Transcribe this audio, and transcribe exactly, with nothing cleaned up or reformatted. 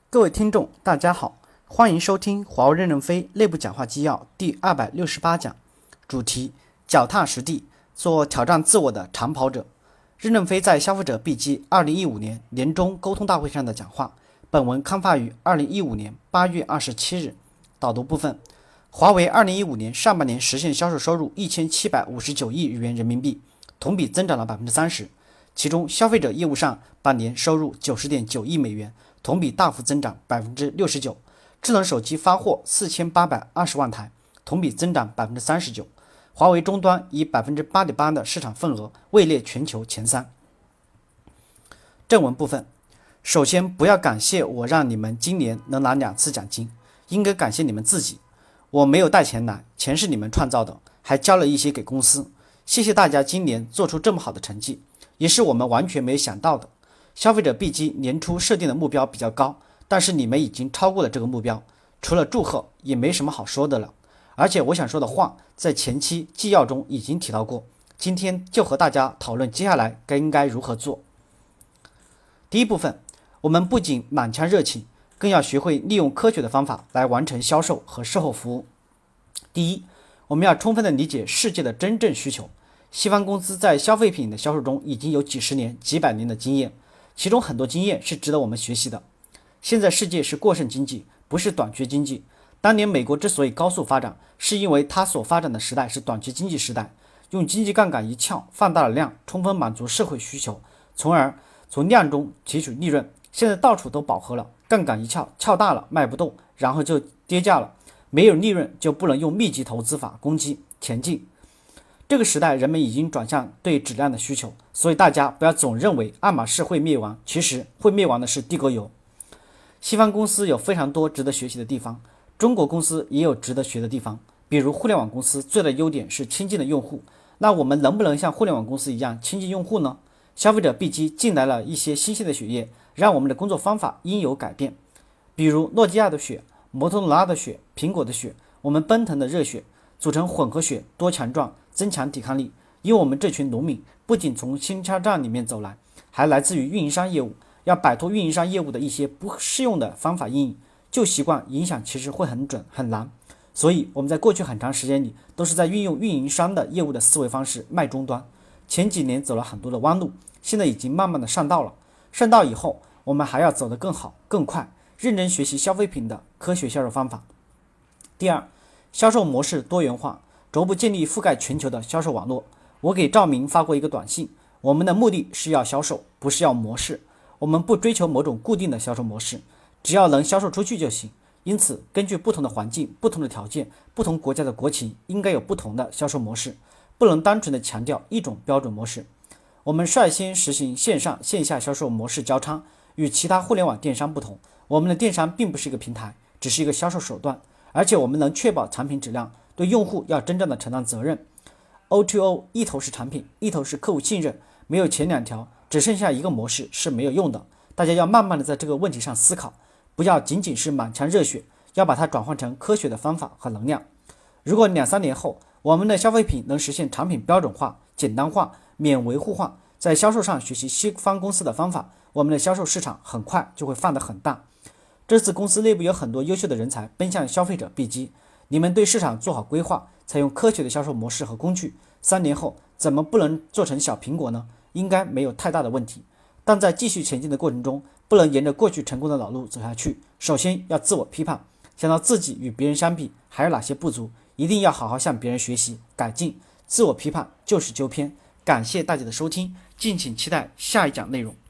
各位听众，大家好，欢迎收听华为任正非内部讲话纪要第二百六十八讲，主题：脚踏实地，做挑战自我的长跑者。任正非在消费者 B 机二零一五年年中沟通大会上的讲话。本文刊发于二零一五年八月二十七日。导读部分：华为二零一五年上半年实现销售收入一千七百五十九亿元人民币，同比增长了百分之三十。其中，消费者业务上半年收入九十点九亿美元。同比大幅增长百分之六十九，智能手机发货四千八百二十万台，同比增长百分之三十九。华为终端以百分之八点八的市场份额位列全球前三。正文部分，首先不要感谢我让你们今年能拿两次奖金，应该感谢你们自己。我没有带钱来，钱是你们创造的，还交了一些给公司。谢谢大家今年做出这么好的成绩，也是我们完全没有想到的。消费者 B 机年初设定的目标比较高，但是你们已经超过了这个目标，除了祝贺也没什么好说的了。而且我想说的话在前期纪要中已经提到过，今天就和大家讨论接下来该应该如何做。第一部分，我们不仅满腔热情，更要学会利用科学的方法来完成销售和售后服务。第一，我们要充分的理解世界的真正需求。西方公司在消费品的销售中已经有几十年、几百年的经验，其中很多经验是值得我们学习的。现在世界是过剩经济，不是短缺经济。当年美国之所以高速发展，是因为它所发展的时代是短缺经济时代，用经济杠杆一撬，放大了量，充分满足社会需求，从而从量中提取利润。现在到处都饱和了，杠杆一撬，撬大了卖不动，然后就跌价了，没有利润就不能用密集投资法攻击前进。这个时代人们已经转向对质量的需求，所以大家不要总认为爱马仕会灭亡，其实会灭亡的是地沟油。西方公司有非常多值得学习的地方，中国公司也有值得学的地方。比如互联网公司最大的优点是亲近的用户，那我们能不能像互联网公司一样亲近用户呢？消费者 B 机进来了一些新鲜的血液，让我们的工作方法应有改变。比如诺基亚的血、摩托罗拉的血、苹果的血，我们奔腾的热血，组成混合血，多强壮，增强抵抗力。因为我们这群农民不仅从新车站里面走来，还来自于运营商业务，要摆脱运营商业务的一些不适用的方法阴影，旧习惯影响其实会很准很难。所以我们在过去很长时间里都是在运用运营商的业务的思维方式卖终端，前几年走了很多的弯路，现在已经慢慢的上道了。上道以后，我们还要走得更好更快，认真学习消费品的科学销售方法。第二，销售模式多元化，逐步建立覆盖全球的销售网络。我给赵明发过一个短信，我们的目的是要销售，不是要模式。我们不追求某种固定的销售模式，只要能销售出去就行。因此，根据不同的环境、不同的条件、不同国家的国情，应该有不同的销售模式，不能单纯的强调一种标准模式。我们率先实行线上线下销售模式交叉，与其他互联网电商不同，我们的电商并不是一个平台，只是一个销售手段，而且我们能确保产品质量，对用户要真正的承担责任。O to O 一头是产品，一头是客户信任，没有前两条，只剩下一个模式是没有用的。大家要慢慢的在这个问题上思考，不要仅仅是满腔热血，要把它转换成科学的方法和能量。如果两三年后我们的消费品能实现产品标准化、简单化、免维护化，在销售上学习西方公司的方法，我们的销售市场很快就会放得很大。这次公司内部有很多优秀的人才奔向消费者 B 机，你们对市场做好规划，采用科学的销售模式和工具，三年后怎么不能做成小苹果呢？应该没有太大的问题。但在继续前进的过程中，不能沿着过去成功的老路走下去。首先要自我批判，想到自己与别人相比还有哪些不足，一定要好好向别人学习改进。自我批判就是纠偏。感谢大家的收听，敬请期待下一讲内容。